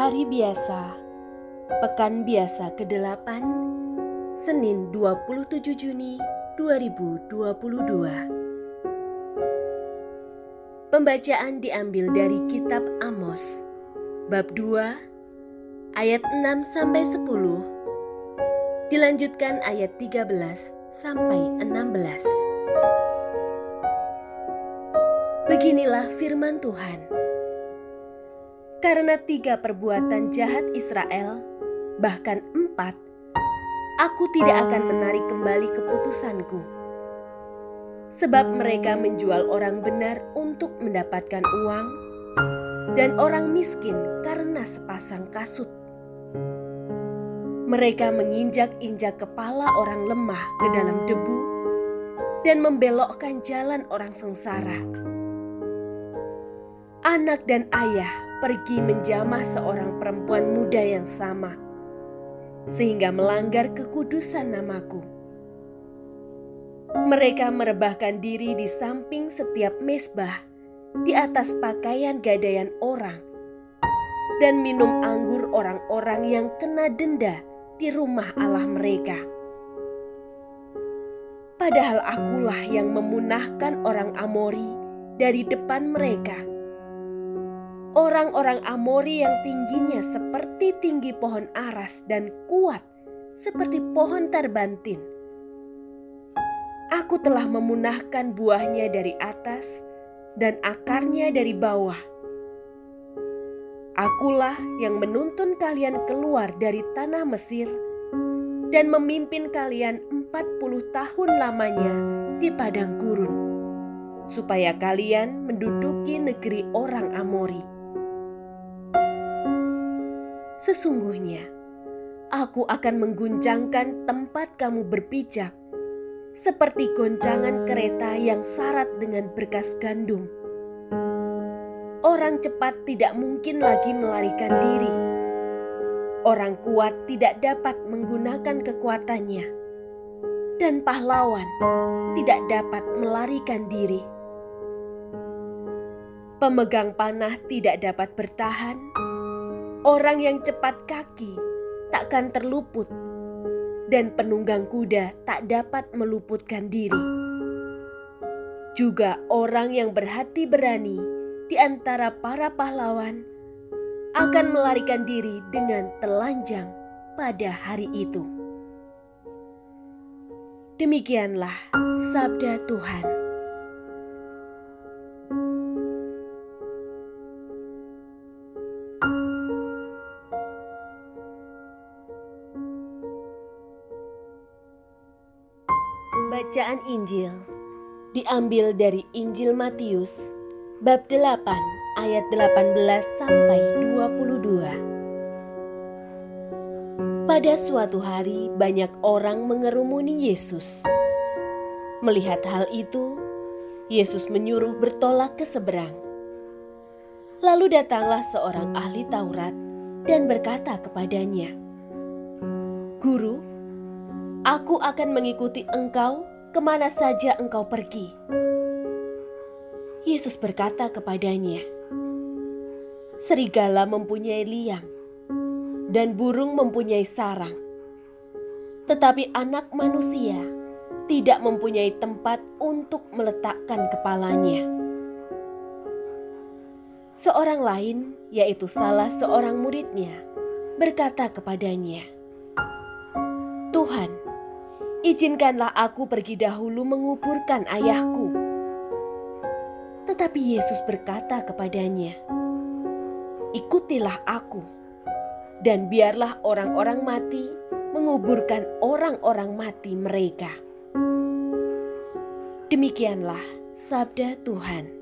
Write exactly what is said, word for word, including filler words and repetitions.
Hari biasa, pekan biasa kedelapan, Senin dua puluh tujuh Juni dua ribu dua puluh dua. Pembacaan diambil dari kitab Amos, bab dua, ayat enam sampai sepuluh, dilanjutkan ayat tiga belas sampai enam belas. Beginilah firman Tuhan. Karena tiga perbuatan jahat Israel, bahkan empat, aku tidak akan menarik kembali keputusanku. Sebab mereka menjual orang benar untuk mendapatkan uang, dan orang miskin karena sepasang kasut. Mereka menginjak-injak kepala orang lemah ke dalam debu, dan membelokkan jalan orang sengsara. Anak dan ayah pergi menjamah seorang perempuan muda yang sama, sehingga melanggar kekudusan namaku. Mereka merebahkan diri di samping setiap mezbah, di atas pakaian gadaian orang, dan minum anggur orang-orang yang kena denda di rumah Allah mereka. Padahal akulah yang memunahkan orang Amori dari depan mereka. Orang-orang Amori yang tingginya seperti tinggi pohon aras dan kuat seperti pohon terbantin. Aku telah memunahkan buahnya dari atas dan akarnya dari bawah. Akulah yang menuntun kalian keluar dari tanah Mesir dan memimpin kalian empat puluh tahun lamanya di padang gurun, supaya kalian menduduki negeri orang Amori. Sesungguhnya, aku akan mengguncangkan tempat kamu berpijak, seperti goncangan kereta yang syarat dengan berkas gandum. Orang cepat tidak mungkin lagi melarikan diri. Orang kuat tidak dapat menggunakan kekuatannya, dan pahlawan tidak dapat melarikan diri. Pemegang panah tidak dapat bertahan. Orang yang cepat kaki takkan terluput, dan penunggang kuda tak dapat meluputkan diri. Juga orang yang berhati berani di antara para pahlawan akan melarikan diri dengan telanjang pada hari itu. Demikianlah sabda Tuhan. Bacaan Injil diambil dari Injil Matius bab delapan ayat delapan belas sampai dua puluh dua. Pada suatu hari banyak orang mengerumuni Yesus. Melihat hal itu, Yesus menyuruh bertolak ke seberang. Lalu datanglah seorang ahli Taurat dan berkata kepadanya, "Guru, aku akan mengikuti engkau kemana saja engkau pergi." Yesus berkata kepadanya, "Serigala mempunyai liang, dan burung mempunyai sarang, tetapi Anak Manusia tidak mempunyai tempat untuk meletakkan kepalanya." Seorang lain, yaitu salah seorang muridnya, berkata kepadanya, "Tuhan, izinkanlah aku pergi dahulu menguburkan ayahku." Tetapi Yesus berkata kepadanya, "Ikutilah aku, dan biarlah orang-orang mati menguburkan orang-orang mati mereka." Demikianlah sabda Tuhan.